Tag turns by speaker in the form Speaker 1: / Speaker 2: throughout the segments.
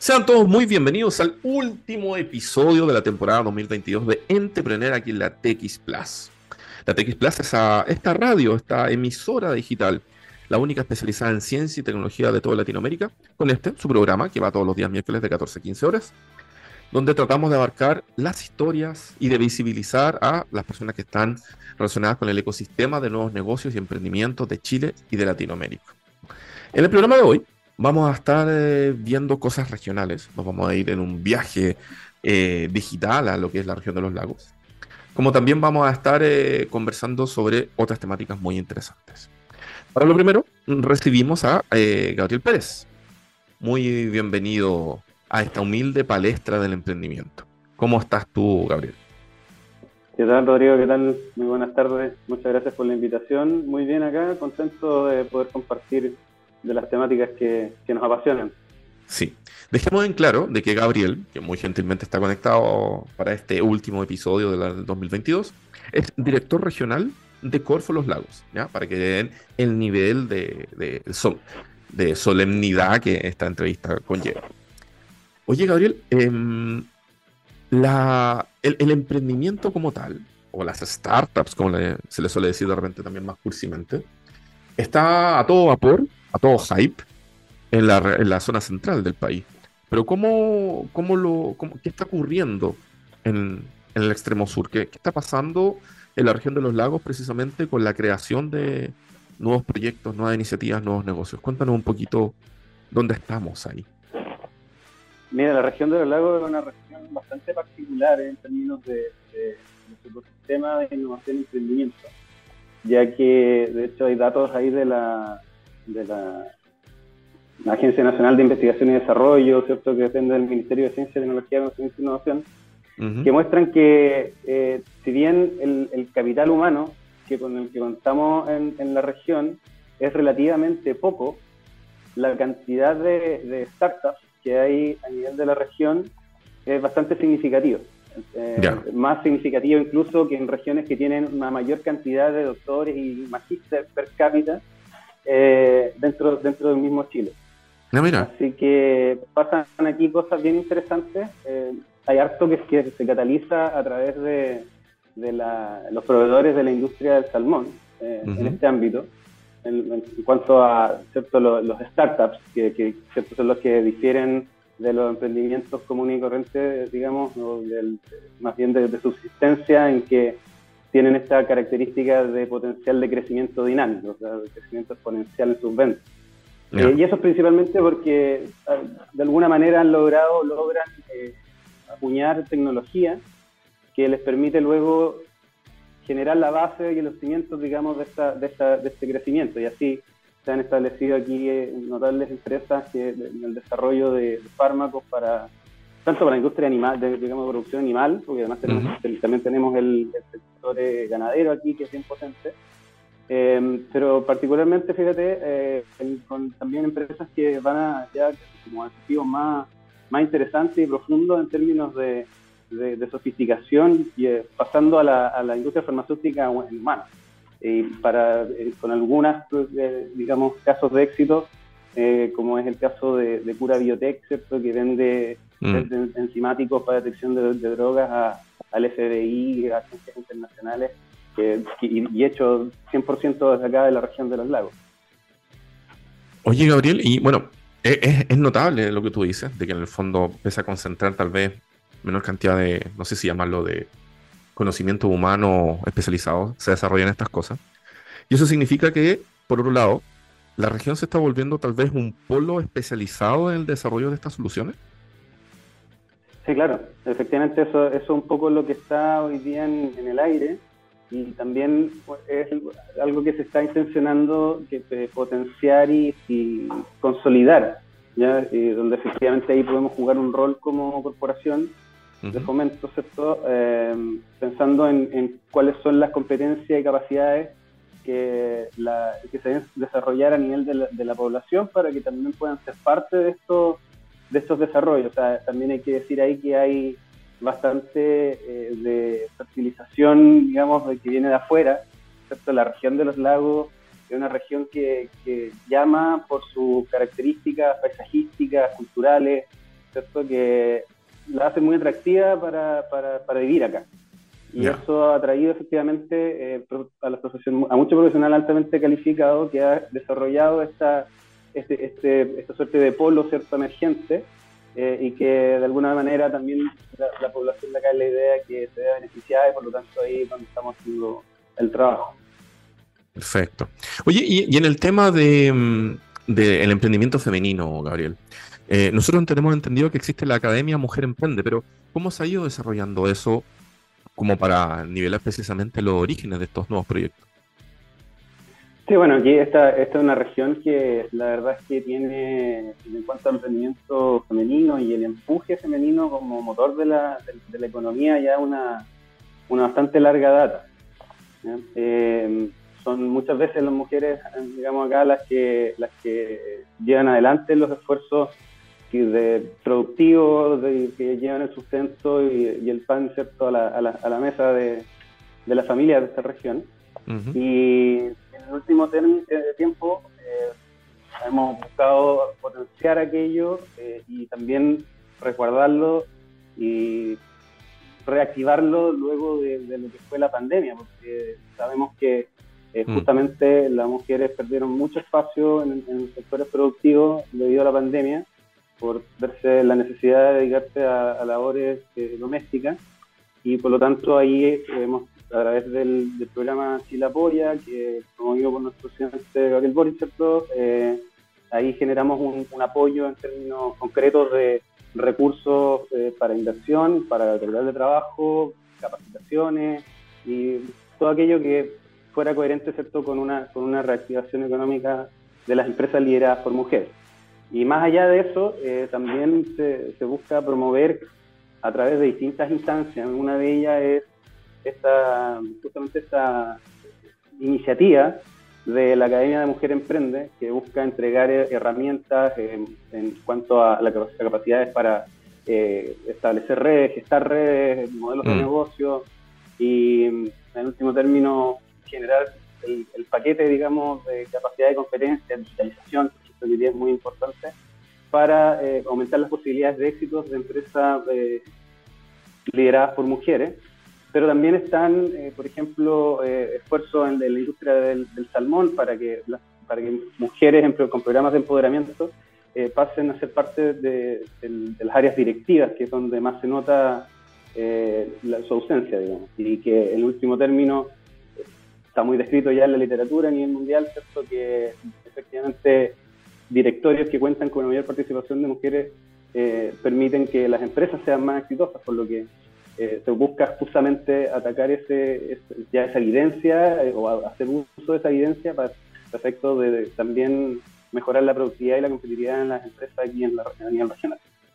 Speaker 1: Sean todos muy bienvenidos al último episodio de la temporada 2022 de Entrepreneur aquí en la TX Plus. La TX Plus es esta radio, esta emisora digital, la única especializada en ciencia y tecnología de toda Latinoamérica, con su programa que va todos los días miércoles de 14 a 15 horas, donde tratamos de abarcar las historias y de visibilizar a las personas que están relacionadas con el ecosistema de nuevos negocios y emprendimientos de Chile y de Latinoamérica. En el programa de hoy vamos a estar viendo cosas regionales, nos vamos a ir en un viaje digital a lo que es la región de los lagos, como también vamos a estar conversando sobre otras temáticas muy interesantes. Para lo primero, recibimos a Gabriel Pérez. Muy bienvenido a esta humilde palestra del emprendimiento. ¿Cómo estás tú, Gabriel?
Speaker 2: ¿Qué tal, Rodrigo? ¿Qué tal? Muy buenas tardes. Muchas gracias por la invitación. Muy bien acá, contento de poder compartir de las temáticas que nos apasionan.
Speaker 1: Sí, dejemos en claro de que Gabriel, que muy gentilmente está conectado para este último episodio del 2022, es director regional de Corfo Los Lagos, ¿ya? Para que den el nivel de solemnidad que esta entrevista conlleva. Oye, Gabriel, el emprendimiento como tal, o las startups, como se le suele decir de repente también más cursimente, está a todo vapor, a todo hype en la zona central del país. Pero ¿qué está ocurriendo en el extremo sur? ¿Qué está pasando en la región de los lagos precisamente con la creación de nuevos proyectos, nuevas iniciativas, nuevos negocios? Cuéntanos un poquito dónde estamos ahí.
Speaker 2: Mira, la región de los lagos es una región bastante particular en términos de su ecosistema de innovación y emprendimiento, ya que de hecho hay datos ahí de la Agencia Nacional de Investigación y Desarrollo, ¿cierto?, que depende del Ministerio de Ciencia, Tecnología, Conocimiento e Innovación, que muestran que si bien el capital humano con el que contamos en la región es relativamente poco, la cantidad de startups que hay a nivel de la región es bastante significativa. Más significativo incluso que en regiones que tienen una mayor cantidad de doctores y magísteres per cápita dentro del mismo Chile.
Speaker 1: No, mira.
Speaker 2: Así que pasan aquí cosas bien interesantes. Hay harto que se cataliza a través de los proveedores de la industria del salmón en este ámbito, en cuanto a, ¿cierto?, los startups, que ¿cierto?, son los que difieren de los emprendimientos comunes y corrientes, digamos, o más bien de subsistencia, en que tienen esta característica de potencial de crecimiento dinámico, o sea, de crecimiento exponencial en sus ventas. Y eso es principalmente porque de alguna manera logran acuñar tecnología que les permite luego generar la base y los cimientos, digamos, de este crecimiento. Y así se han establecido aquí notables empresas en el desarrollo de fármacos tanto para la industria animal, digamos, de producción animal, porque además también tenemos el sector ganadero aquí, que es bien potente. Pero particularmente, fíjate, con también empresas que van ya como a desafíos más interesantes y profundos en términos de sofisticación, y pasando a la industria farmacéutica en humanos. Y con algunas, digamos, casos de éxito, como es el caso de Cura Biotech, ¿cierto?, que vende enzimáticos para detección de drogas al FBI, a agencias internacionales, y hecho 100% desde acá de la región de los lagos.
Speaker 1: Oye, Gabriel, y bueno, es notable lo que tú dices, de que en el fondo pese a concentrar tal vez menor cantidad de, no sé si llamarlo de conocimiento humano especializado, se desarrollan estas cosas. Y eso significa que, por otro lado, la región se está volviendo tal vez un polo especializado en el desarrollo de estas soluciones.
Speaker 2: Sí, claro, efectivamente eso es un poco lo que está hoy día en el aire, y también es algo que se está intencionando potenciar y consolidar, ¿ya? Donde efectivamente ahí podemos jugar un rol como corporación de fomento, ¿cierto? Pensando en cuáles son las competencias y capacidades que se deben desarrollar a nivel de la población para que también puedan ser parte de estos desarrollos. O sea, también hay que decir ahí que hay bastante de fertilización, digamos, que viene de afuera, ¿cierto? La región de los lagos es una región que llama por sus características paisajísticas, culturales, ¿cierto? Que la hace muy atractiva para vivir acá. Y eso ha traído efectivamente a mucho profesional altamente calificado que ha desarrollado esta suerte de polo, ¿cierto?, emergente, y que de alguna manera también la población de acá es la idea que se vea beneficiada, y por lo tanto ahí es donde estamos haciendo el trabajo.
Speaker 1: Perfecto. Oye, y en el tema del emprendimiento femenino, Gabriel, nosotros tenemos entendido que existe la Academia Mujer Emprende, pero ¿cómo se ha ido desarrollando eso como para nivelar precisamente los orígenes de estos nuevos proyectos?
Speaker 2: Sí, bueno, aquí esta es una región que la verdad es que tiene, en cuanto a emprendimiento femenino y el empuje femenino como motor de la economía, ya una bastante larga data. Son muchas veces las mujeres, digamos acá, las que llevan adelante los esfuerzos productivos, que llevan el sustento y el pan, ¿cierto?, a la mesa de la familia de esta región. Uh-huh. Y en el último tiempo hemos buscado potenciar aquello y también resguardarlo y reactivarlo luego de lo que fue la pandemia, porque sabemos que justamente las mujeres perdieron mucho espacio en los sectores productivos debido a la pandemia, por verse la necesidad de dedicarse a labores domésticas, y por lo tanto ahí hemos, a través del programa Chile Apoya, que promovido por nuestro presidente Gabriel Boric, ¿cierto? Ahí generamos un apoyo en términos concretos de recursos para inversión, para calidad de trabajo, capacitaciones y todo aquello que fuera coherente, ¿cierto?, con una reactivación económica de las empresas lideradas por mujeres. Y más allá de eso, también se busca promover a través de distintas instancias. Una de ellas es justamente esta iniciativa de la Academia de Mujer Emprende, que busca entregar herramientas en cuanto a las capacidades para establecer redes, gestar redes, modelos de negocio, y en último término generar el paquete, digamos, de capacidad de competencia, digitalización, que hoy día es muy importante, para aumentar las posibilidades de éxitos de empresas lideradas por mujeres. Pero también están, por ejemplo, esfuerzos en la industria del salmón para que mujeres con programas de empoderamiento pasen a ser parte de las áreas directivas, que es donde más se nota su ausencia, digamos, y que en último término está muy descrito ya en la literatura a nivel mundial, ¿cierto?, que efectivamente directorios que cuentan con una mayor participación de mujeres permiten que las empresas sean más exitosas, por lo que se busca justamente atacar esa evidencia o hacer uso de esa evidencia para efecto de también mejorar la productividad y la competitividad en las empresas aquí a nivel regional.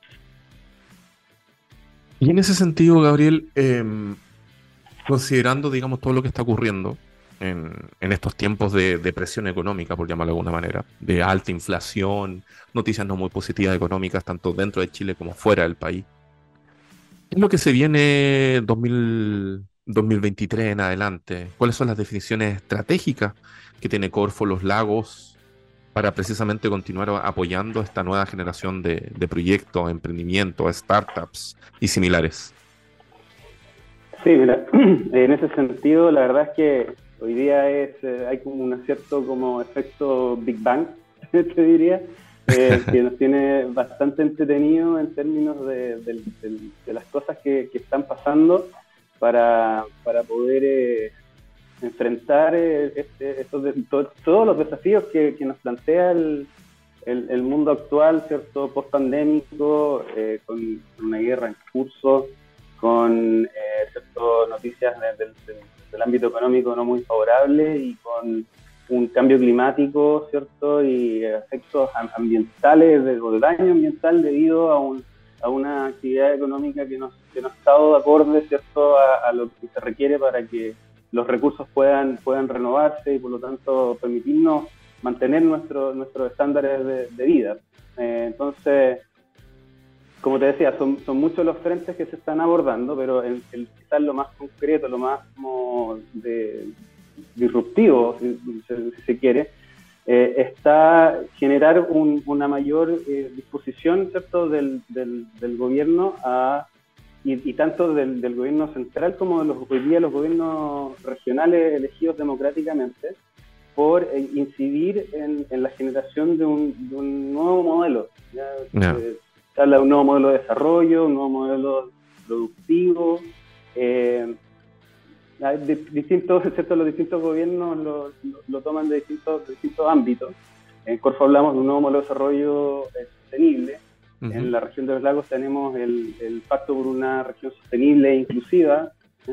Speaker 1: Y en ese sentido, Gabriel, considerando, digamos, todo lo que está ocurriendo en estos tiempos de presión económica, por llamarlo de alguna manera, de alta inflación, noticias no muy positivas económicas, tanto dentro de Chile como fuera del país, ¿qué es lo que se viene 2023 en adelante? ¿Cuáles son las definiciones estratégicas que tiene Corfo Los Lagos para precisamente continuar apoyando esta nueva generación de proyectos, emprendimientos, startups y similares?
Speaker 2: Sí, mira, en ese sentido, la verdad es que hoy día hay como un cierto como efecto Big Bang, te diría, que nos tiene bastante entretenido en términos de las cosas que están pasando para poder enfrentar todos los desafíos que nos plantea el mundo actual, ¿cierto?, post-pandémico, con una guerra en curso, con noticias del ámbito económico no muy favorable y con un cambio climático, ¿cierto?, y efectos ambientales o de daño ambiental debido a una actividad económica que no ha estado acorde, ¿cierto?, a lo que se requiere para que los recursos puedan renovarse y por lo tanto permitirnos mantener nuestros estándares de vida. Entonces, como te decía, son muchos los frentes que se están abordando, pero quizás lo más concreto, lo más como disruptivo, si se quiere, está generar una mayor disposición, ¿cierto?, del gobierno y tanto del gobierno central como de hoy día los gobiernos regionales elegidos democráticamente, por incidir en la generación de un nuevo modelo. Se habla de un nuevo modelo de desarrollo, un nuevo modelo productivo. ¿Cierto? Los distintos gobiernos lo toman de distintos ámbitos. En Corfo hablamos de un nuevo modelo de desarrollo sostenible. Uh-huh. En la región de los lagos tenemos el Pacto por una región sostenible e inclusiva,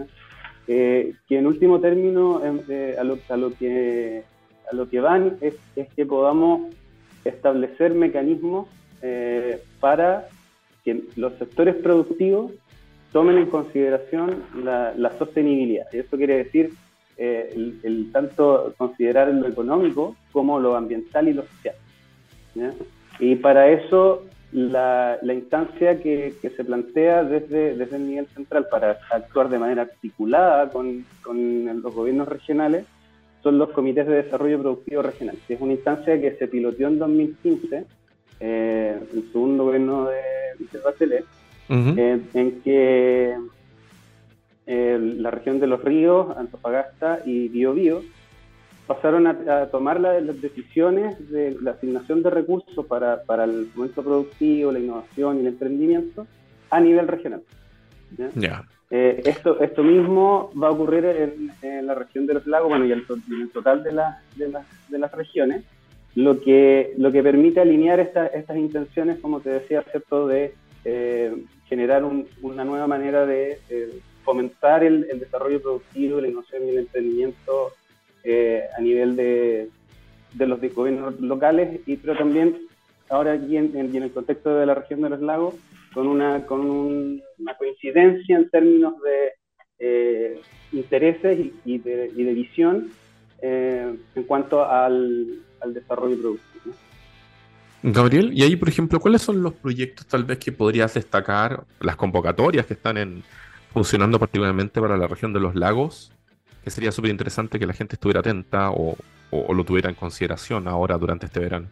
Speaker 2: que en último término a lo que van es que podamos establecer mecanismos para que los sectores productivos tomen en consideración la sostenibilidad. Y eso quiere decir el tanto considerar lo económico como lo ambiental y lo social, ¿ya? Y para eso la instancia que se plantea desde el nivel central para actuar de manera articulada con los gobiernos regionales son los comités de desarrollo productivo regional, que es una instancia que se piloteó en 2015, el segundo gobierno de Michelle Bachelet, uh-huh. En que la región de Los Ríos, Antofagasta y Biobío pasaron a tomar las decisiones de la asignación de recursos para el fomento productivo, la innovación y el emprendimiento a nivel regional, ¿ya? Yeah. Esto mismo va a ocurrir en la región de los lagos, bueno, y en el total de las regiones, lo que permite alinear estas intenciones, como te decía, ¿cierto?, de generar una nueva manera de fomentar el desarrollo productivo, la innovación y el emprendimiento a nivel de los gobiernos locales, pero también ahora aquí en el contexto de la región de los lagos, con una coincidencia en términos de intereses y de visión en cuanto al desarrollo productivo.
Speaker 1: Gabriel, y ahí, por ejemplo, ¿cuáles son los proyectos tal vez que podrías destacar, las convocatorias que están funcionando particularmente para la región de los lagos, que sería súper interesante que la gente estuviera atenta o lo tuviera en consideración ahora durante este verano?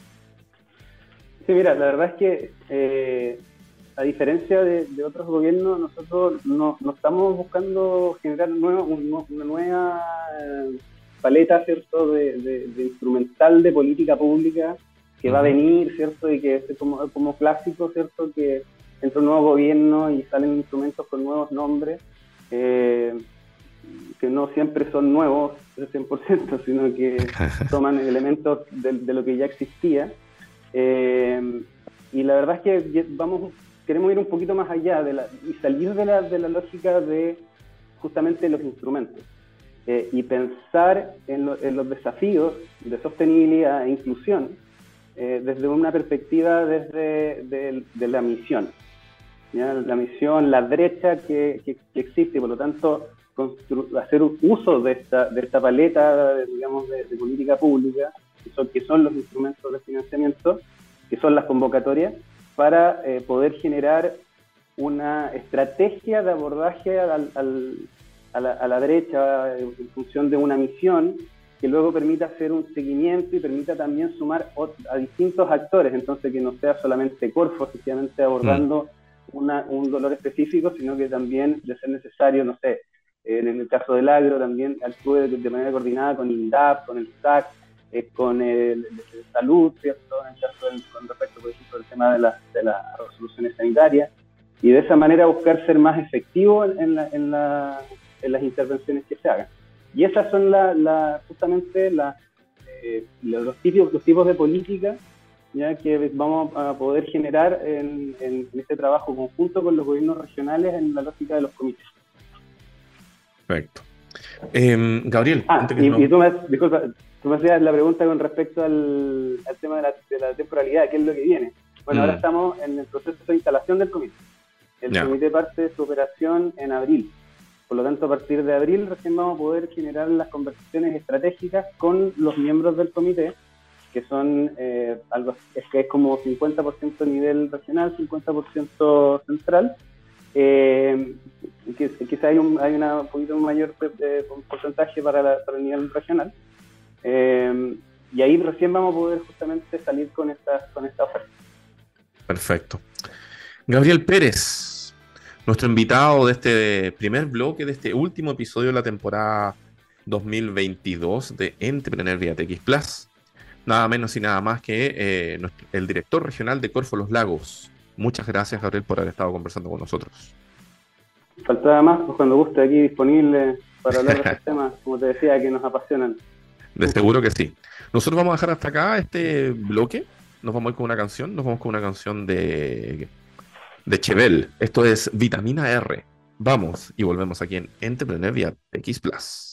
Speaker 2: Sí, mira, la verdad es que a diferencia de otros gobiernos, nosotros no estamos buscando generar una nueva paleta, ¿cierto?, de instrumental de política pública que va a venir, ¿cierto?, y que es como clásico, ¿cierto?, que entra un nuevo gobierno y salen instrumentos con nuevos nombres, que no siempre son nuevos al 100%, sino que toman elementos de lo que ya existía. Y la verdad es que queremos ir un poquito más allá y salir de la lógica de justamente los instrumentos, y pensar en los desafíos de sostenibilidad e inclusión desde una perspectiva de la misión, ¿ya? La misión, la brecha que existe, por lo tanto hacer uso de esta paleta, digamos, de política pública, que son los instrumentos de financiamiento, que son las convocatorias, para poder generar una estrategia de abordaje a la brecha en función de una misión que luego permita hacer un seguimiento y permita también sumar a distintos actores, entonces que no sea solamente Corfo, efectivamente abordando un dolor específico, sino que también, de ser necesario, no sé, en el caso del agro, también actúe de manera coordinada con INDAP, con el SAC, con el de salud, ¿cierto?, en el caso con respecto, por ejemplo, al tema de las resoluciones sanitarias, y de esa manera buscar ser más efectivo en las intervenciones que se hagan. Y esas son justamente los tipos de política, ya que vamos a poder generar en este trabajo conjunto con los gobiernos regionales en la lógica de los comités.
Speaker 1: Perfecto. Gabriel,
Speaker 2: disculpa, tú me hacías la pregunta con respecto al tema de la temporalidad, ¿qué es lo que viene? Bueno, ahora estamos en el proceso de instalación del comité. El comité parte de su operación en abril. Por lo tanto, a partir de abril recién vamos a poder generar las conversaciones estratégicas con los miembros del comité, que son que es como 50% nivel regional, 50% central. Quizá hay un poquito mayor porcentaje para el nivel regional. y ahí recién vamos a poder justamente salir con esta oferta.
Speaker 1: Perfecto. Gabriel Pérez, nuestro invitado de este primer bloque, de este último episodio de la temporada 2022 de Entrepreneur vía TX Plus. Nada menos y nada más que el director regional de Corfo Los Lagos. Muchas gracias, Gabriel, por haber estado conversando con nosotros.
Speaker 2: Faltaba más, pues cuando guste aquí disponible para hablar de estos temas, como te decía, que nos apasionan.
Speaker 1: De seguro que sí. Nosotros vamos a dejar hasta acá este bloque. Nos vamos a ir con una canción. Nos vamos con una canción de Chevelle. Esto es Vitamina R. Vamos y volvemos aquí en Entrepreneur vía TX Plus.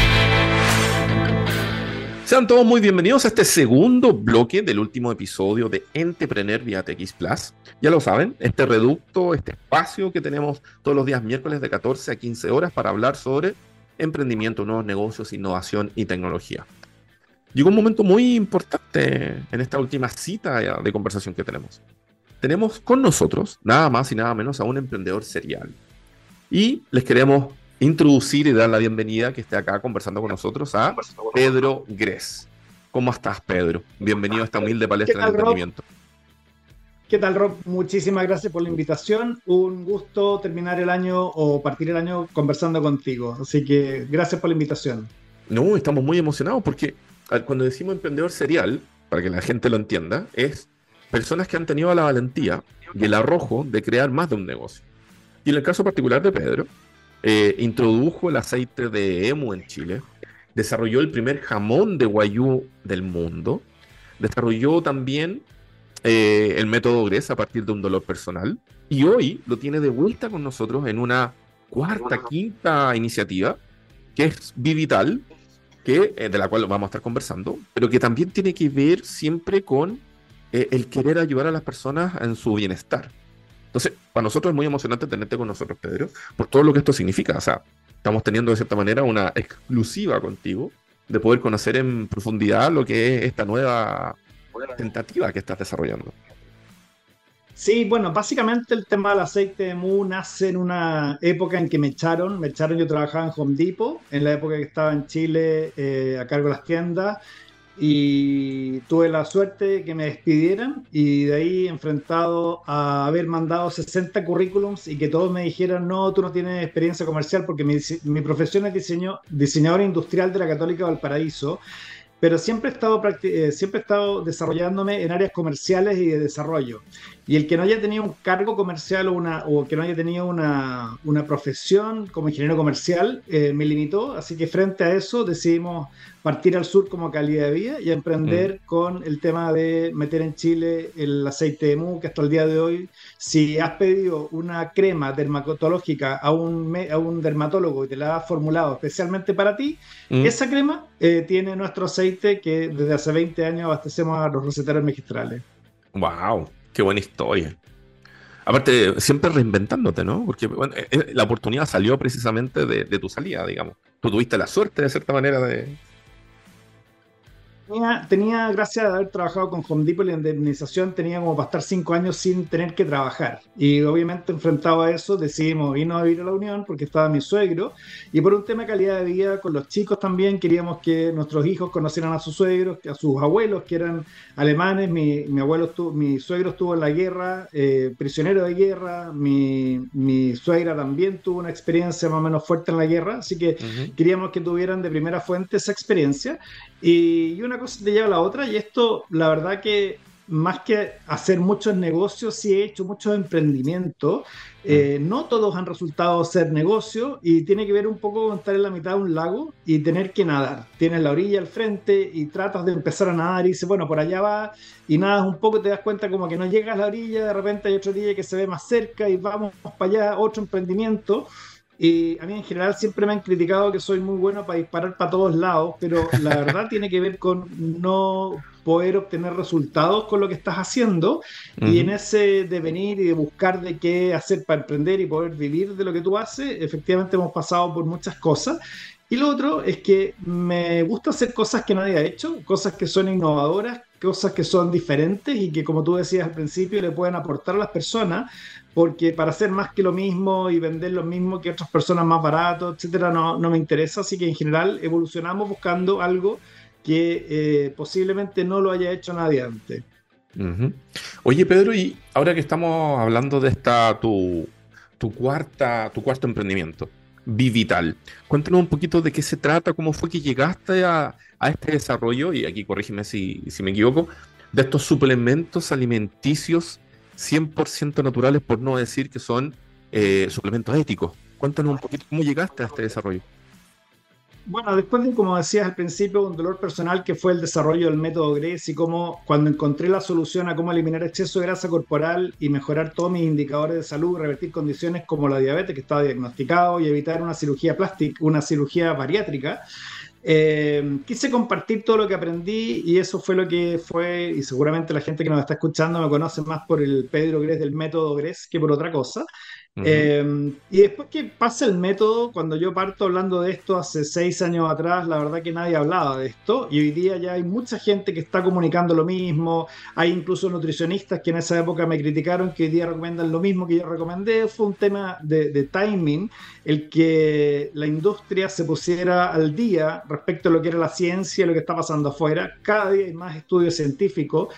Speaker 1: Sean todos muy bienvenidos a este segundo bloque del último episodio de Entrepreneur vía TX Plus. Ya lo saben, este reducto, este espacio que tenemos todos los días miércoles de 14 a 15 horas para hablar sobre emprendimiento, nuevos negocios, innovación y tecnología. Llegó un momento muy importante en esta última cita de conversación que tenemos. Tenemos con nosotros nada más y nada menos a un emprendedor serial. Y les queremos introducir y dar la bienvenida que esté acá conversando con nosotros a Pedro Gress. ¿Cómo estás, Pedro? Bienvenido a esta humilde palestra del emprendimiento.
Speaker 3: ¿Qué tal, Rob? Muchísimas gracias por la invitación. Un gusto terminar el año o partir el año conversando contigo. Así que gracias por la invitación.
Speaker 1: No, estamos muy emocionados porque cuando decimos emprendedor serial, para que la gente lo entienda, es personas que han tenido la valentía y el arrojo de crear más de un negocio. Y en el caso particular de Pedro, introdujo el aceite de emu en Chile, desarrolló el primer jamón de Wagyu del mundo, desarrolló también el método Gress a partir de un dolor personal, y hoy lo tiene de vuelta con nosotros en una quinta iniciativa, que es Vivital, de la cual vamos a estar conversando, pero que también tiene que ver siempre con el querer ayudar a las personas en su bienestar. Entonces, para nosotros es muy emocionante tenerte con nosotros, Pedro, por todo lo que esto significa. O sea, estamos teniendo de cierta manera una exclusiva contigo de poder conocer en profundidad lo que es esta nueva tentativa que estás desarrollando.
Speaker 3: Sí, bueno, básicamente el tema del aceite de emu nace en una época en que me echaron, yo trabajaba en Home Depot, en la época que estaba en Chile a cargo de las tiendas, y tuve la suerte de que me despidieran y de ahí enfrentado a haber mandado 60 currículums y que todos me dijeran, no, tú no tienes experiencia comercial porque mi profesión es diseñador industrial de la Católica Valparaíso, pero siempre he estado desarrollándome en áreas comerciales y de desarrollo. Y el que no haya tenido un cargo comercial o que no haya tenido una profesión como ingeniero comercial me limitó, así que frente a eso decidimos partir al sur como calidad de vida y emprender con el tema de meter en Chile el aceite de emu, que hasta el día de hoy, si has pedido una crema dermatológica a un dermatólogo y te la ha formulado especialmente para ti, esa crema tiene nuestro aceite que desde hace 20 años abastecemos a los recetarios magistrales.
Speaker 1: ¡Wow! ¡Qué buena historia! Aparte, siempre reinventándote, ¿no? Porque bueno, la oportunidad salió precisamente de tu salida, digamos. Tú tuviste la suerte, de cierta manera, de...
Speaker 3: Tenía, gracias a haber trabajado con Home Depot y la indemnización, tenía como para estar 5 años sin tener que trabajar. Y obviamente enfrentado a eso decidimos irnos a vivir a la Unión porque estaba mi suegro. Y por un tema de calidad de vida con los chicos también queríamos que nuestros hijos conocieran a sus suegros, a sus abuelos que eran alemanes. Mi suegro estuvo en la guerra, prisionero de guerra. Mi suegra también tuvo una experiencia más o menos fuerte en la guerra. Así que queríamos que tuvieran de primera fuente esa experiencia. Y una cosa te lleva a la otra, y esto, la verdad que más que hacer muchos negocios, sí he hecho muchos emprendimientos. No todos han resultado ser negocios, y tiene que ver un poco con estar en la mitad de un lago y tener que nadar. Tienes la orilla al frente y tratas de empezar a nadar y dices, bueno, por allá va, y nadas un poco, te das cuenta como que no llegas a la orilla, de repente hay otra orilla que se ve más cerca y vamos para allá, otro emprendimiento. Y a mí en general siempre me han criticado que soy muy bueno para disparar para todos lados, pero la verdad tiene que ver con no poder obtener resultados con lo que estás haciendo, y en ese devenir y de buscar de qué hacer para emprender y poder vivir de lo que tú haces, efectivamente hemos pasado por muchas cosas. Y lo otro es que me gusta hacer cosas que nadie ha hecho, cosas que son innovadoras, cosas que son diferentes y que, como tú decías al principio, le pueden aportar a las personas, porque para hacer más que lo mismo y vender lo mismo que otras personas más barato, etcétera, no me interesa. Así que en general evolucionamos buscando algo que posiblemente no lo haya hecho nadie antes.
Speaker 1: Ujú. Oye, Pedro, y ahora que estamos hablando de tu cuarto emprendimiento, Vivital, cuéntanos un poquito de qué se trata, cómo fue que llegaste a este desarrollo, y aquí corrígeme si me equivoco, de estos suplementos alimenticios 100% naturales, por no decir que son suplementos éticos. Cuéntanos un poquito cómo llegaste a este desarrollo.
Speaker 3: Bueno, después de, como decías al principio, un dolor personal que fue el desarrollo del método GRES y cómo cuando encontré la solución a cómo eliminar exceso de grasa corporal y mejorar todos mis indicadores de salud, revertir condiciones como la diabetes que estaba diagnosticado y evitar una cirugía plástica, una cirugía bariátrica, quise compartir todo lo que aprendí y eso fue lo que fue, y seguramente la gente que nos está escuchando me conoce más por el Pedro Gress del método Gress que por otra cosa.
Speaker 1: Ujú.
Speaker 3: Y después que pasa el método, cuando yo parto hablando de esto hace 6 años atrás, la verdad que nadie hablaba de esto y hoy día ya hay mucha gente que está comunicando lo mismo, hay incluso nutricionistas que en esa época me criticaron que hoy día recomiendan lo mismo que yo recomendé, fue un tema de timing, el que la industria se pusiera al día respecto a lo que era la ciencia y lo que está pasando afuera, cada día hay más estudios científicos.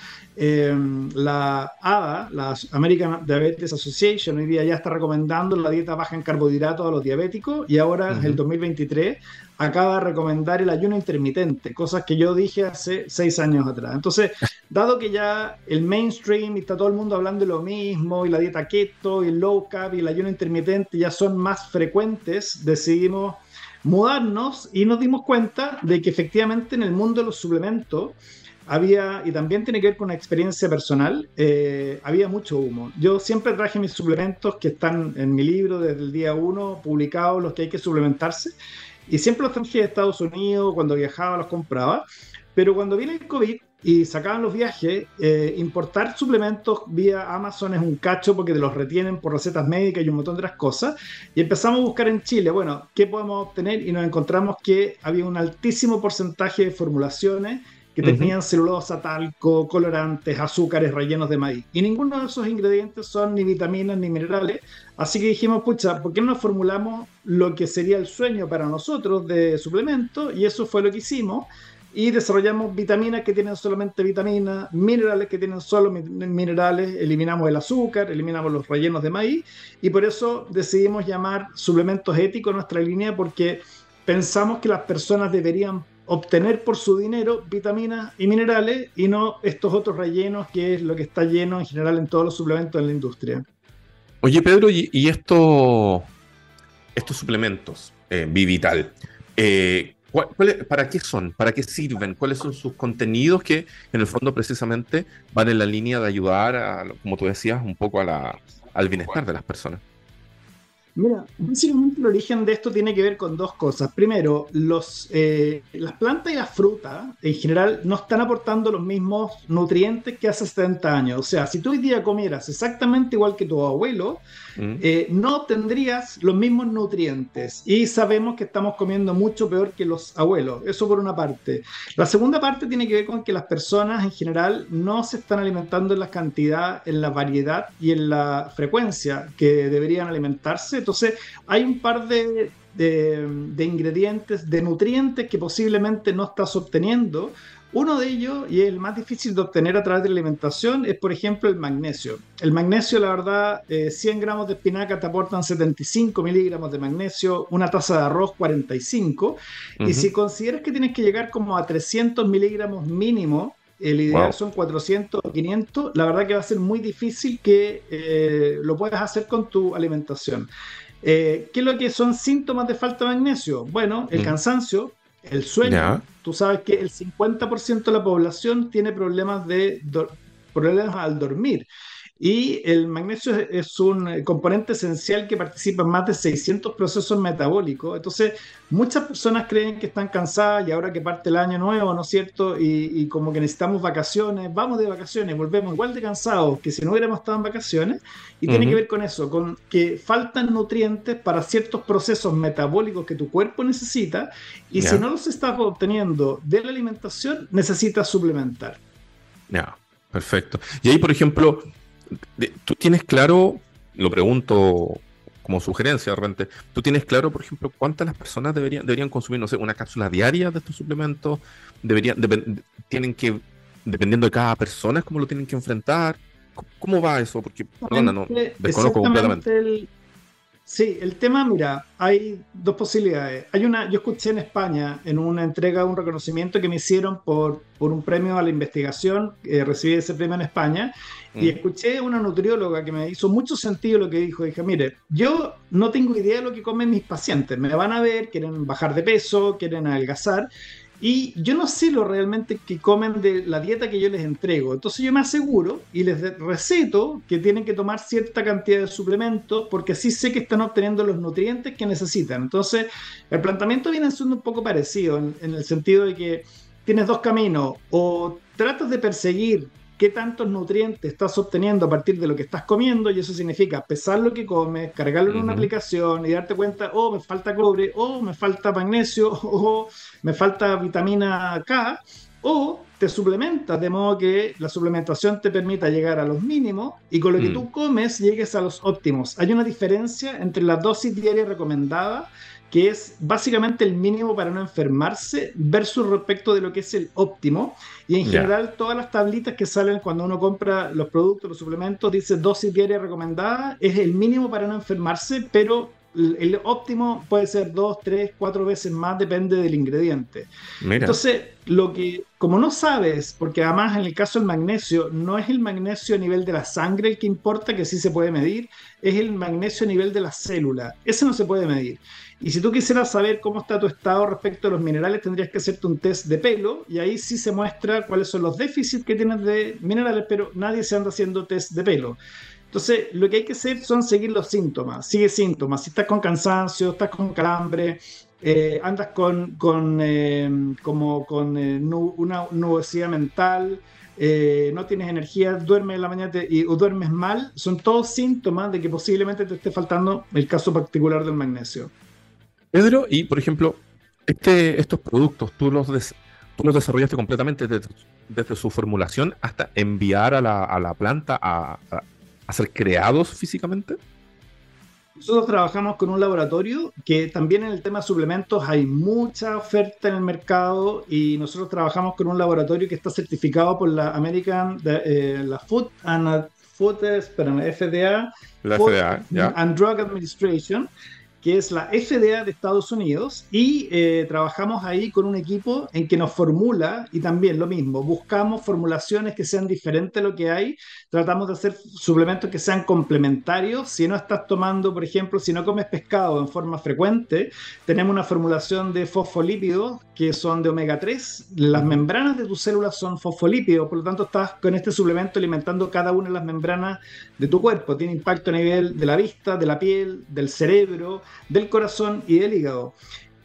Speaker 3: La ADA, la American Diabetes Association, hoy día ya está recomendando la dieta baja en carbohidratos a los diabéticos y ahora, en el
Speaker 1: Ujú.
Speaker 3: 2023, acaba de recomendar el ayuno intermitente, cosas que yo dije hace 6 años atrás. Entonces, dado que ya el mainstream y está todo el mundo hablando de lo mismo, y la dieta keto, y el low carb y el ayuno intermitente ya son más frecuentes, decidimos mudarnos y nos dimos cuenta de que efectivamente en el mundo de los suplementos había, y también tiene que ver con una experiencia personal, había mucho humo. Yo siempre traje mis suplementos que están en mi libro desde el día uno, publicados, los que hay que suplementarse, y siempre los traje de Estados Unidos, cuando viajaba los compraba, pero cuando viene el COVID y sacaban los viajes, importar suplementos vía Amazon es un cacho porque te los retienen por recetas médicas y un montón de otras cosas, y empezamos a buscar en Chile, bueno, ¿qué podemos obtener? Y nos encontramos que había un altísimo porcentaje de formulaciones que
Speaker 1: Ujú.
Speaker 3: tenían celulosa, talco, colorantes, azúcares rellenos de maíz. Y ninguno de esos ingredientes son ni vitaminas ni minerales. Así que dijimos, pucha, ¿por qué no formulamos lo que sería el sueño para nosotros de suplemento? Y eso fue lo que hicimos. Y desarrollamos vitaminas que tienen solamente vitaminas, minerales que tienen solo minerales, eliminamos el azúcar, eliminamos los rellenos de maíz y por eso decidimos llamar suplementos éticos nuestra línea porque pensamos que las personas deberían obtener por su dinero vitaminas y minerales y no estos otros rellenos que es lo que está lleno en general en todos los suplementos de la industria.
Speaker 1: Oye, Pedro, y estos suplementos, Vivital, ¿para qué son? ¿Para qué sirven? ¿Cuáles son sus contenidos que en el fondo precisamente van en la línea de ayudar como tú decías, un poco al bienestar de las personas?
Speaker 3: Mira, básicamente el origen de esto tiene que ver con dos cosas. Primero, las plantas y las frutas en general no están aportando los mismos nutrientes que hace 70 años. O sea, si tú hoy día comieras exactamente igual que tu abuelo,
Speaker 1: ¿Mm?
Speaker 3: no tendrías los mismos nutrientes y sabemos que estamos comiendo mucho peor que los abuelos. Eso por una parte. La segunda parte tiene que ver con que las personas en general no se están alimentando en la cantidad, en la variedad y en la frecuencia que deberían alimentarse. Entonces, hay un par de ingredientes, de nutrientes que posiblemente no estás obteniendo. Uno de ellos, y el más difícil de obtener a través de la alimentación, es por ejemplo el magnesio. El magnesio, la verdad, 100 gramos de espinaca te aportan 75 miligramos de magnesio, una taza de arroz 45, y
Speaker 1: Ujú.
Speaker 3: si consideras que tienes que llegar como a 300 miligramos mínimo, el ideal
Speaker 1: Wow.
Speaker 3: son 400 o 500, la verdad que va a ser muy difícil que lo puedas hacer con tu alimentación. ¿Qué es lo que son síntomas de falta de magnesio? Bueno, el
Speaker 1: Mm.
Speaker 3: cansancio, el sueño.
Speaker 1: Ya.
Speaker 3: Tú sabes que el 50% de la población tiene problemas al dormir. Y el magnesio es un componente esencial que participa en más de 600 procesos metabólicos. Entonces, muchas personas creen que están cansadas y ahora que parte el año nuevo, ¿no es cierto? Y como que necesitamos vacaciones, vamos de vacaciones, volvemos igual de cansados que si no hubiéramos estado en vacaciones. Y tiene que
Speaker 1: Ujú.
Speaker 3: ver con eso, con que faltan nutrientes para ciertos procesos metabólicos que tu cuerpo necesita. Y si
Speaker 1: Ya.
Speaker 3: no los estás obteniendo de la alimentación, necesitas suplementar.
Speaker 1: Ya. Perfecto. Y ahí, por ejemplo, ¿tú tienes claro, lo pregunto como sugerencia de repente, ¿tú tienes claro, por ejemplo, cuántas las personas deberían consumir, no sé, una cápsula diaria de estos suplementos? Tienen que, dependiendo de cada persona, es como lo tienen que enfrentar. ¿Cómo va eso? Porque, perdona, no desconozco completamente.
Speaker 3: Sí, el tema, mira, hay dos posibilidades. Yo escuché en España, en una entrega, un reconocimiento que me hicieron por un premio a la investigación, recibí ese premio en España, y escuché una nutrióloga que me hizo mucho sentido lo que dijo. Dije, mire, yo no tengo idea de lo que comen mis pacientes. Me van a ver, quieren bajar de peso, quieren adelgazar, y yo no sé lo realmente que comen de la dieta que yo les entrego. Entonces yo me aseguro y les receto que tienen que tomar cierta cantidad de suplementos porque así sé que están obteniendo los nutrientes que necesitan. Entonces el planteamiento viene siendo un poco parecido en el sentido de que tienes dos caminos: o tratas de perseguir qué tantos nutrientes estás obteniendo a partir de lo que estás comiendo, y eso significa pesar lo que comes, cargarlo en una aplicación y darte cuenta, oh, me falta cobre, oh, me falta magnesio, oh, me falta vitamina K, o te suplementas de modo que la suplementación te permita llegar a los mínimos y con lo que tú comes llegues a los óptimos. Hay una diferencia entre la dosis diaria recomendada, que es básicamente el mínimo para no enfermarse, versus respecto de lo que es el óptimo. Y en general todas las tablitas que salen cuando uno compra los productos, los suplementos, dice dosis diaria recomendada, es el mínimo para no enfermarse, pero el óptimo puede ser 2, 3, 4 veces más, depende del ingrediente. Mira. Entonces, como no sabes, porque además en el caso del magnesio, no es el magnesio a nivel de la sangre el que importa, que sí se puede medir, es el magnesio a nivel de la célula. Ese no se puede medir. Y si tú quisieras saber cómo está tu estado respecto a los minerales, tendrías que hacerte un test de pelo, y ahí sí se muestra cuáles son los déficits que tienes de minerales, pero nadie se anda haciendo test de pelo. Entonces, lo que hay que hacer son seguir los síntomas. Sigue síntomas. Si estás con cansancio, estás con calambre, andas con una nubosidad mental, no tienes energía, duermes en la mañana o duermes mal, son todos síntomas de que posiblemente te esté faltando el caso particular del magnesio.
Speaker 1: Pedro, y por ejemplo, estos productos, tú los desarrollaste completamente desde su formulación hasta enviar a la planta a ser creados físicamente.
Speaker 3: Nosotros trabajamos con un laboratorio que también en el tema de suplementos hay mucha oferta en el mercado, y nosotros trabajamos con un laboratorio que está certificado por la la FDA,
Speaker 1: la
Speaker 3: Food
Speaker 1: FDA, ya.
Speaker 3: and Drug Administration, que es la FDA de Estados Unidos, y trabajamos ahí con un equipo en que nos formula, y también lo mismo, buscamos formulaciones que sean diferentes a lo que hay, tratamos de hacer suplementos que sean complementarios. Si no estás tomando, por ejemplo, si no comes pescado en forma frecuente, tenemos una formulación de fosfolípidos que son de omega 3, las membranas de tus células son fosfolípidos, por lo tanto estás con este suplemento alimentando cada una de las membranas de tu cuerpo, tiene impacto a nivel de la vista, de la piel, del cerebro, del corazón y del hígado.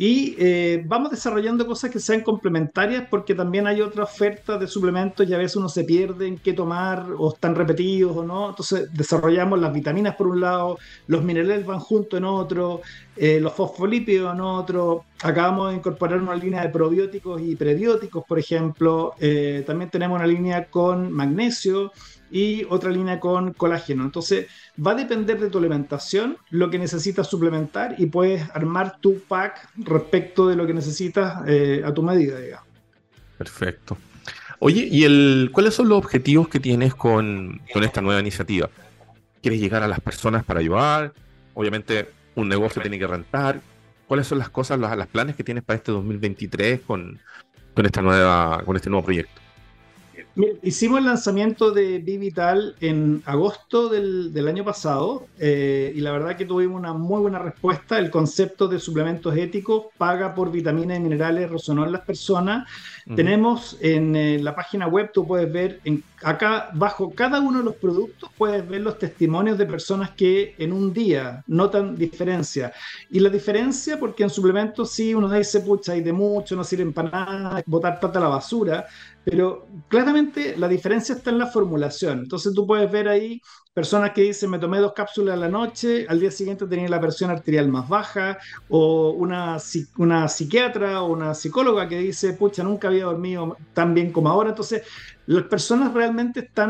Speaker 3: Y vamos desarrollando cosas que sean complementarias, porque también hay otra oferta de suplementos y a veces uno se pierde en qué tomar, o están repetidos o no. Entonces desarrollamos las vitaminas por un lado, los minerales van juntos en otro, los fosfolípidos en otro. Acabamos de incorporar una línea de probióticos y prebióticos, por ejemplo. También tenemos una línea con magnesio y otra línea con colágeno. Entonces va a depender de tu alimentación lo que necesitas suplementar, y puedes armar tu pack respecto de lo que necesitas a tu medida, digamos.
Speaker 1: Perfecto. Oye, ¿y cuáles son los objetivos que tienes con esta nueva iniciativa? ¿Quieres llegar a las personas para ayudar? Obviamente un negocio tiene que rentar. ¿Cuáles son las cosas, los planes que tienes para este 2023 con este nuevo proyecto?
Speaker 3: Mira, hicimos el lanzamiento de Vivital en agosto del año pasado, y la verdad que tuvimos una muy buena respuesta. El concepto de suplementos éticos, paga por vitaminas y minerales, resonó en las personas. Tenemos en la página web, tú puedes ver acá bajo cada uno de los productos, puedes ver los testimonios de personas que en un día notan diferencia. Y la diferencia, porque en suplementos sí uno dice, pucha, hay de mucho, no sirven para nada, botar plata a la basura, pero claramente la diferencia está en la formulación. Entonces tú puedes ver ahí personas que dicen, me tomé 2 cápsulas a la noche, al día siguiente tenía la presión arterial más baja, o una psiquiatra o una psicóloga que dice, pucha, nunca había dormido tan bien como ahora. Entonces las personas realmente están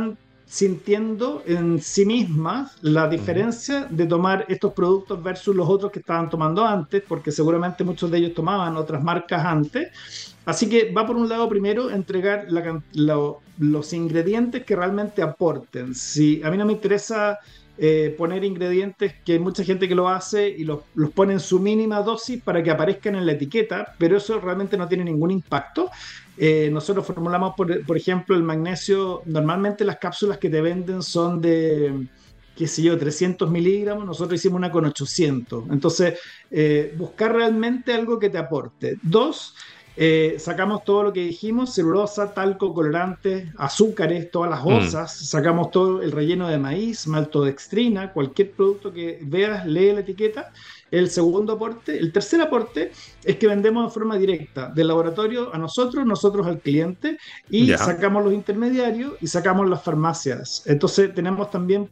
Speaker 3: sintiendo en sí mismas la diferencia de tomar estos productos versus los otros que estaban tomando antes, porque seguramente muchos de ellos tomaban otras marcas antes. Así que va por un lado primero entregar los ingredientes que realmente aporten. Si a mí no me interesa poner ingredientes que hay mucha gente que lo hace y los pone en su mínima dosis para que aparezcan en la etiqueta, pero eso realmente no tiene ningún impacto. Nosotros formulamos, por ejemplo, el magnesio. Normalmente las cápsulas que te venden son de, qué sé yo, 300 miligramos. Nosotros hicimos una con 800. Entonces, buscar realmente algo que te aporte. Dos, sacamos todo lo que dijimos: celulosa, talco, colorantes, azúcares, todas las osas. Sacamos todo el relleno de maíz, maltodextrina, cualquier producto que veas, lee la etiqueta. El segundo aporte. El tercer aporte es que vendemos de forma directa, del laboratorio a nosotros, nosotros al cliente, y
Speaker 1: Ya.
Speaker 3: sacamos los intermediarios y sacamos las farmacias. Entonces tenemos también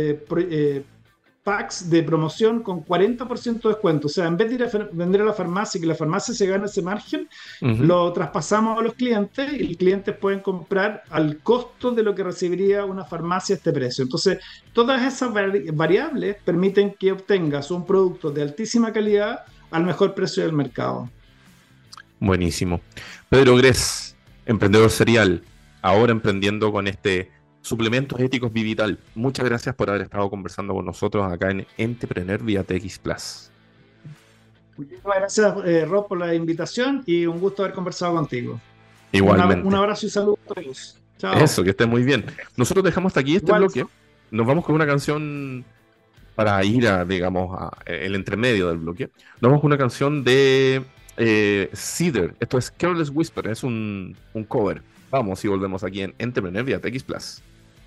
Speaker 3: packs de promoción con 40% de descuento. O sea, en vez de ir a vender a la farmacia y que la farmacia se gane ese margen,
Speaker 1: Ujú.
Speaker 3: lo traspasamos a los clientes y los clientes pueden comprar al costo de lo que recibiría una farmacia a este precio. Entonces, todas esas variables permiten que obtengas un producto de altísima calidad al mejor precio del mercado.
Speaker 1: Buenísimo. Pedro Gress, emprendedor serial, ahora emprendiendo con este suplementos éticos Vivital. Muchas gracias por haber estado conversando con nosotros acá en Entrepreneur vía TX Plus.
Speaker 3: Muchísimas gracias, Rob, por la invitación y un gusto haber conversado contigo. Un
Speaker 1: Igualmente.
Speaker 3: abrazo y saludos a todos.
Speaker 1: Eso,
Speaker 3: Chao.
Speaker 1: que esté muy bien. Nosotros dejamos hasta aquí este
Speaker 3: Igual.
Speaker 1: bloque. Nos vamos con una canción para ir a, digamos, a el entremedio del bloque. Nos vamos con una canción de Cedar. Esto es Careless Whisper, es un cover. Vamos y volvemos aquí en Entrepreneur vía TX Plus.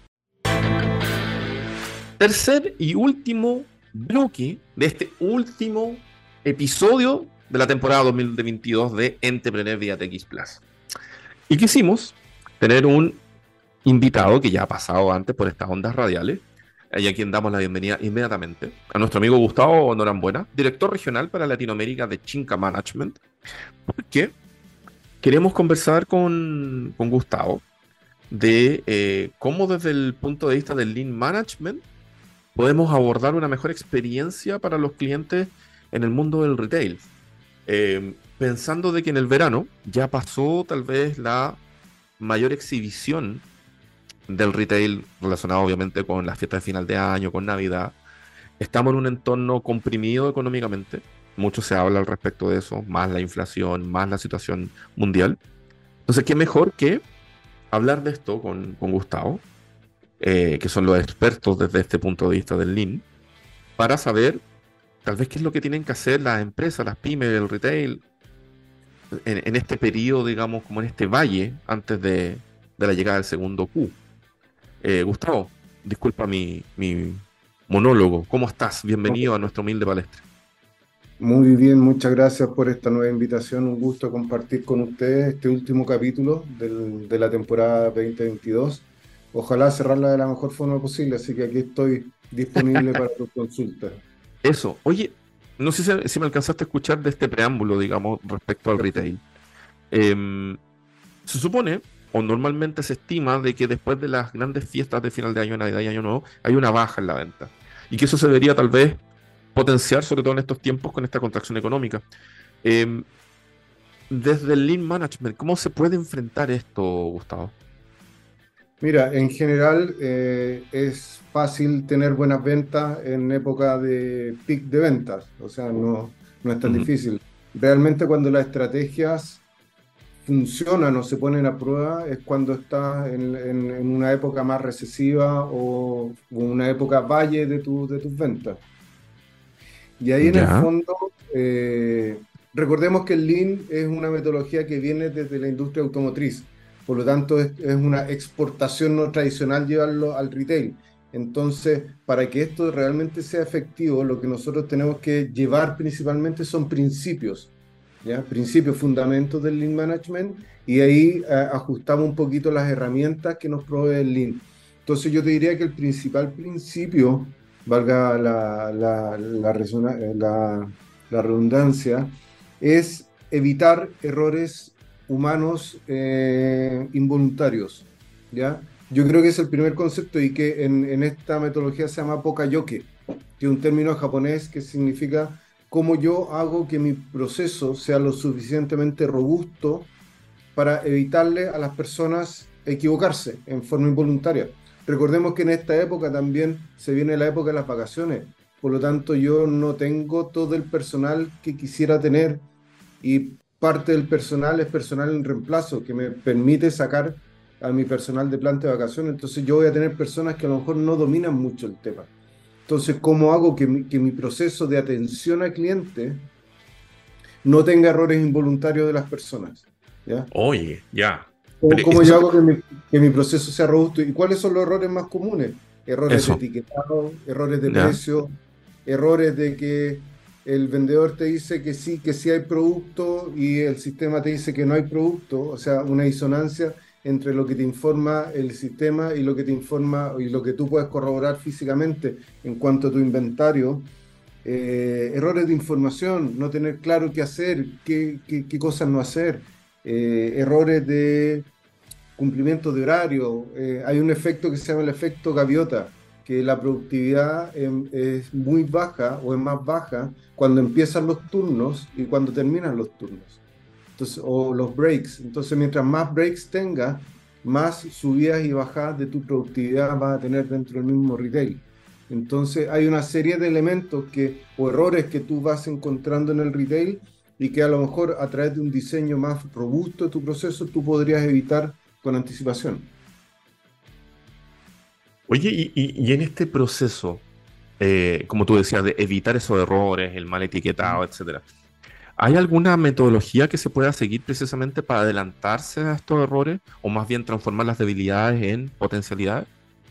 Speaker 1: Tercer y último bloque de este último episodio de la temporada 2022 de Entrepreneur vía TX Plus. Y quisimos tener un invitado que ya ha pasado antes por estas ondas radiales, y a quien damos la bienvenida inmediatamente, a nuestro amigo Gustavo Norambuena, director regional para Latinoamérica de Chinca Management, porque queremos conversar con Gustavo de cómo desde el punto de vista del Lean Management podemos abordar una mejor experiencia para los clientes en el mundo del retail. Pensando de que en el verano ya pasó tal vez la mayor exhibición del retail relacionado obviamente con las fiestas de final de año, con Navidad. Estamos en un entorno comprimido económicamente. Mucho se habla al respecto de eso, más la inflación, más la situación mundial. Entonces, ¿qué mejor que hablar de esto con Gustavo, que son los expertos desde este punto de vista del Lean, para saber tal vez qué es lo que tienen que hacer las empresas, las pymes, el retail, en este periodo, digamos, como en este valle, antes de la llegada del segundo Q. Gustavo, disculpa mi monólogo. ¿Cómo estás? Bienvenido a nuestra humilde palestra.
Speaker 4: Muy bien, muchas gracias por esta nueva invitación. Un gusto compartir con ustedes este último capítulo de la temporada 2022. Ojalá cerrarla de la mejor forma posible, así que aquí estoy disponible para tus consultas.
Speaker 1: Eso. Oye, no sé si me alcanzaste a escuchar de este preámbulo, digamos, respecto al retail. Se supone, o normalmente se estima, de que después de las grandes fiestas de final de año, Navidad y Año Nuevo, hay una baja en la venta. Y que eso se debería tal vez potenciar, sobre todo en estos tiempos, con esta contracción económica. Desde el Lean Management, ¿cómo se puede enfrentar esto, Gustavo?
Speaker 4: Mira, en general es fácil tener buenas ventas en época de peak de ventas, o sea, no es tan difícil. Realmente cuando las estrategias funcionan o se ponen a prueba es cuando estás en una época más recesiva o una época valle de tus ventas. Y ahí en el fondo, recordemos que el Lean es una metodología que viene desde la industria automotriz. Por lo tanto, es una exportación no tradicional llevarlo al retail. Entonces, para que esto realmente sea efectivo, lo que nosotros tenemos que llevar principalmente son principios, ¿ya? Principios, fundamentos del Lean Management, y ahí ajustamos un poquito las herramientas que nos provee el Lean. Entonces, yo te diría que el principal principio, valga la redundancia, es evitar errores humanos involuntarios, ¿ya? Yo creo que es el primer concepto y que en esta metodología se llama Pokayoke, que es un término japonés que significa cómo yo hago que mi proceso sea lo suficientemente robusto para evitarle a las personas equivocarse en forma involuntaria. Recordemos que en esta época también se viene la época de las vacaciones, por lo tanto yo no tengo todo el personal que quisiera tener y parte del personal es personal en reemplazo, que me permite sacar a mi personal de planta de vacaciones, entonces yo voy a tener personas que a lo mejor no dominan mucho el tema. Entonces, ¿cómo hago que mi proceso de atención al cliente no tenga errores involuntarios de las personas? ¿Ya?
Speaker 1: Oye, ya.
Speaker 4: ¿O
Speaker 1: Pero
Speaker 4: cómo
Speaker 1: eso,
Speaker 4: yo hago que mi proceso sea robusto? ¿Y cuáles son los errores más comunes? Errores de
Speaker 1: eso,
Speaker 4: etiquetado, errores de
Speaker 1: ya.
Speaker 4: precio, errores de que el vendedor te dice que sí hay producto y el sistema te dice que no hay producto, o sea, una disonancia entre lo que te informa el sistema y lo que te informa y lo que tú puedes corroborar físicamente en cuanto a tu inventario. Errores de información, no tener claro qué hacer, qué cosas no hacer, errores de cumplimiento de horario. Hay un efecto que se llama el efecto gaviota, que la productividad es muy baja o es más baja cuando empiezan los turnos y cuando terminan los turnos. Entonces, o los breaks. Entonces, mientras más breaks tengas, más subidas y bajadas de tu productividad vas a tener dentro del mismo retail. Entonces, hay una serie de elementos o errores que tú vas encontrando en el retail y que a lo mejor a través de un diseño más robusto de tu proceso tú podrías evitar con anticipación.
Speaker 1: Oye, y en este proceso, como tú decías, de evitar esos errores, el mal etiquetado, etcétera, ¿hay alguna metodología que se pueda seguir precisamente para adelantarse a estos errores o más bien transformar las debilidades en potencialidades?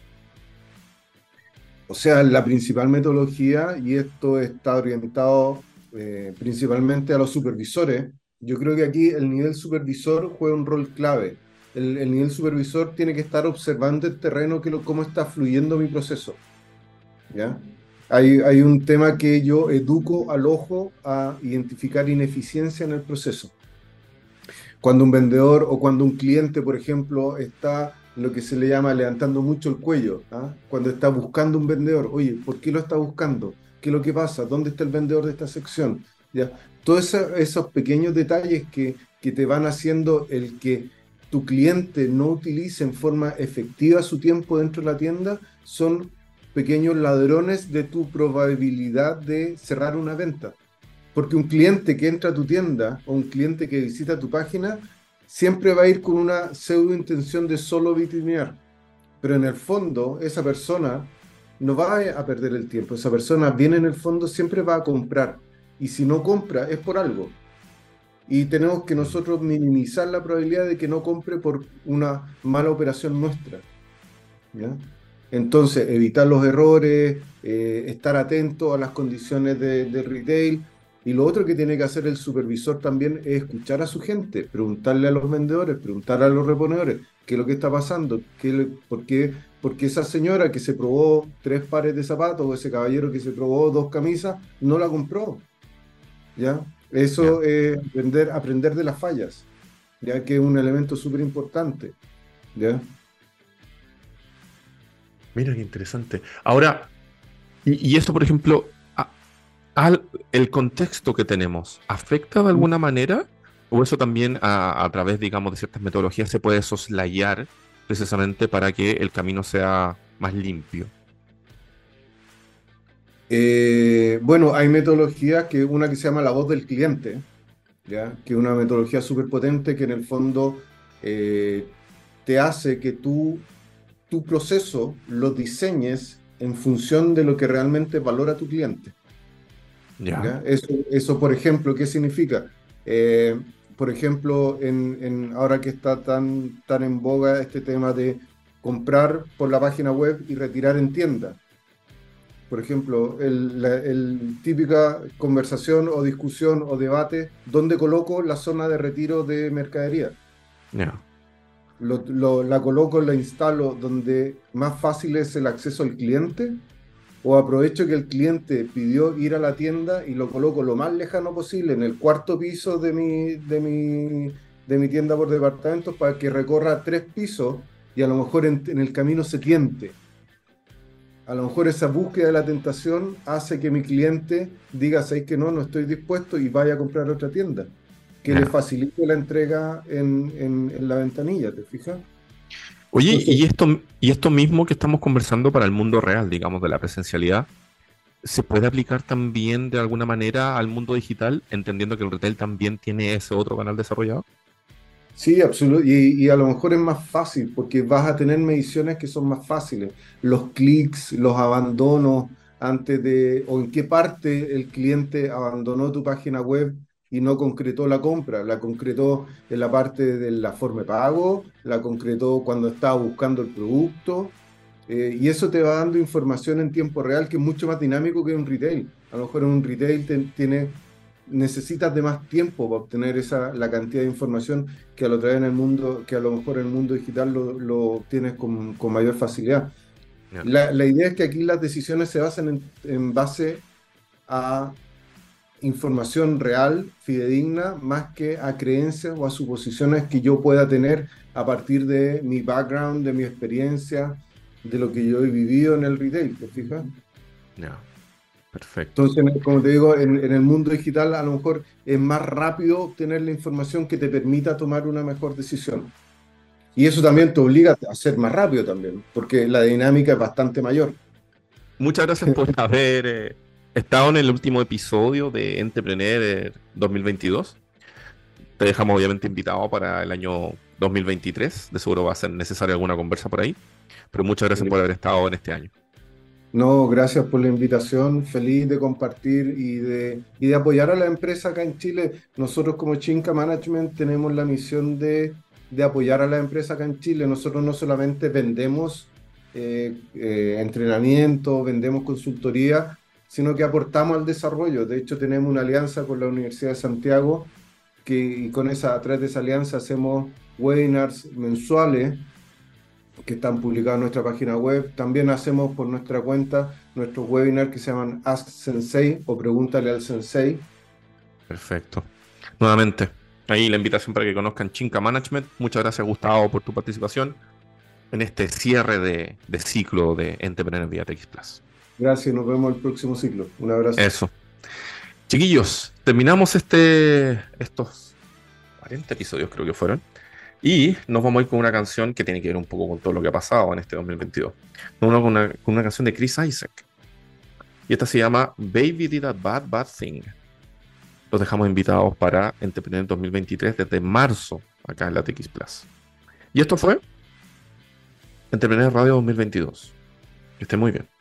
Speaker 4: O sea, la principal metodología, y esto está orientado principalmente a los supervisores, yo creo que aquí el nivel supervisor juega un rol clave. El nivel supervisor tiene que estar observando el terreno, cómo está fluyendo mi proceso. ¿Ya? Hay un tema que yo educo al ojo a identificar ineficiencia en el proceso. Cuando un vendedor o cuando un cliente, por ejemplo, está lo que se le llama levantando mucho el cuello, ¿ah? Cuando está buscando un vendedor, oye, ¿por qué lo está buscando? ¿Qué es lo que pasa? ¿Dónde está el vendedor de esta sección? ¿Ya? Todos esos pequeños detalles que te van haciendo el que tu cliente no utilice en forma efectiva su tiempo dentro de la tienda son pequeños ladrones de tu probabilidad de cerrar una venta. Porque un cliente que entra a tu tienda o un cliente que visita tu página siempre va a ir con una pseudo intención de solo vitrinear. Pero en el fondo, esa persona no va a perder el tiempo. Esa persona viene en el fondo, siempre va a comprar. Y si no compra, es por algo. Y tenemos que nosotros minimizar la probabilidad de que no compre por una mala operación nuestra. ¿Ya? Entonces, evitar los errores, estar atento a las condiciones del retail. Y lo otro que tiene que hacer el supervisor también es escuchar a su gente, preguntarle a los vendedores, preguntarle a los reponedores qué es lo que está pasando, por qué esa señora que se probó 3 pares de zapatos o ese caballero que se probó 2 camisas no la compró. ¿Ya?
Speaker 1: Ya.
Speaker 4: Eso es aprender de las fallas, ya que es un elemento súper importante. ¿Ya?
Speaker 1: Mira qué interesante. Ahora, y esto, por ejemplo, el contexto que tenemos, ¿afecta de alguna manera? ¿O eso también a través, digamos, de ciertas metodologías se puede soslayar precisamente para que el camino sea más limpio?
Speaker 4: Bueno, hay metodologías una que se llama la voz del cliente, ¿ya? Que es una metodología súper potente que en el fondo te hace que tu proceso lo diseñes en función de lo que realmente valora tu cliente.
Speaker 1: Ya.
Speaker 4: ¿Ya? Eso, por ejemplo, ¿qué significa? Por ejemplo, ahora que está tan en boga este tema de comprar por la página web y retirar en tienda. Por ejemplo, el típica conversación o discusión o debate, ¿dónde coloco la zona de retiro de mercadería?
Speaker 1: Ya.
Speaker 4: La coloco, la instalo donde más fácil es el acceso al cliente, o aprovecho que el cliente pidió ir a la tienda y lo coloco lo más lejano posible en el 4.º piso de mi tienda por departamentos para que recorra 3 pisos y a lo mejor en el camino se tiente. A lo mejor esa búsqueda de la tentación hace que mi cliente diga, ¿sabes que no estoy dispuesto? Y vaya a comprar otra tienda, que le facilite la entrega en la ventanilla, ¿te fijas?
Speaker 1: Oye,
Speaker 4: Entonces,
Speaker 1: y esto mismo que estamos conversando para el mundo real, digamos, de la presencialidad, ¿se puede aplicar también de alguna manera al mundo digital, entendiendo que el retail también tiene ese otro canal desarrollado?
Speaker 4: sí, absolutamente. Y a lo mejor es más fácil porque vas a tener mediciones que son más fáciles. Los clics, los abandonos o en qué parte el cliente abandonó tu página web y no concretó la compra. La concretó en la parte de la forma de pago, la concretó cuando estaba buscando el producto. Y eso te va dando información en tiempo real que es mucho más dinámico que un retail. A lo mejor en un retail necesitas de más tiempo para obtener la cantidad de información que a lo través en el mundo, que a lo mejor en el mundo digital lo obtienes con mayor facilidad.
Speaker 1: Ya.
Speaker 4: La idea es que aquí las decisiones se basan en base a información real, fidedigna, más que a creencias o a suposiciones que yo pueda tener a partir de mi background, de mi experiencia, de lo que yo he vivido en el retail, ¿te fijas?
Speaker 1: Ya, perfecto.
Speaker 4: Entonces, como te digo, en el mundo digital a lo mejor es más rápido obtener la información que te permita tomar una mejor decisión. Y eso también te obliga a ser más rápido también, porque la dinámica es bastante mayor.
Speaker 1: Muchas gracias por haber estado en el último episodio de Entrepreneur 2022. Te dejamos obviamente invitado para el año 2023. De seguro va a ser necesaria alguna conversa por ahí. Pero muchas gracias por haber estado en este año.
Speaker 4: No, gracias por la invitación, feliz de compartir y de apoyar a la empresa acá en Chile. Nosotros como Chinca Management tenemos la misión de apoyar a la empresa acá en Chile. Nosotros no solamente vendemos entrenamiento, vendemos consultoría, sino que aportamos al desarrollo. De hecho, tenemos una alianza con la Universidad de Santiago y a través de esa alianza hacemos webinars mensuales que están publicados en nuestra página web. También hacemos por nuestra cuenta nuestros webinars que se llaman Ask Sensei o Pregúntale al Sensei.
Speaker 1: Perfecto. Nuevamente, ahí la invitación para que conozcan Chinca Management. Muchas gracias, Gustavo, por tu participación en este cierre de ciclo de Entrepreneur vía TX Plus.
Speaker 4: Gracias, nos vemos el próximo ciclo. Un abrazo.
Speaker 1: Eso. Chiquillos, terminamos estos 40 episodios, creo que fueron. Y nos vamos a ir con una canción que tiene que ver un poco con todo lo que ha pasado en este 2022. Con una canción de Chris Isaak. Y esta se llama Baby Did a Bad, Bad Thing. Los dejamos invitados para Entrepreneur 2023 desde marzo, acá en la TX Plus. Y esto fue Entrepreneur Radio 2022. Que estén muy bien.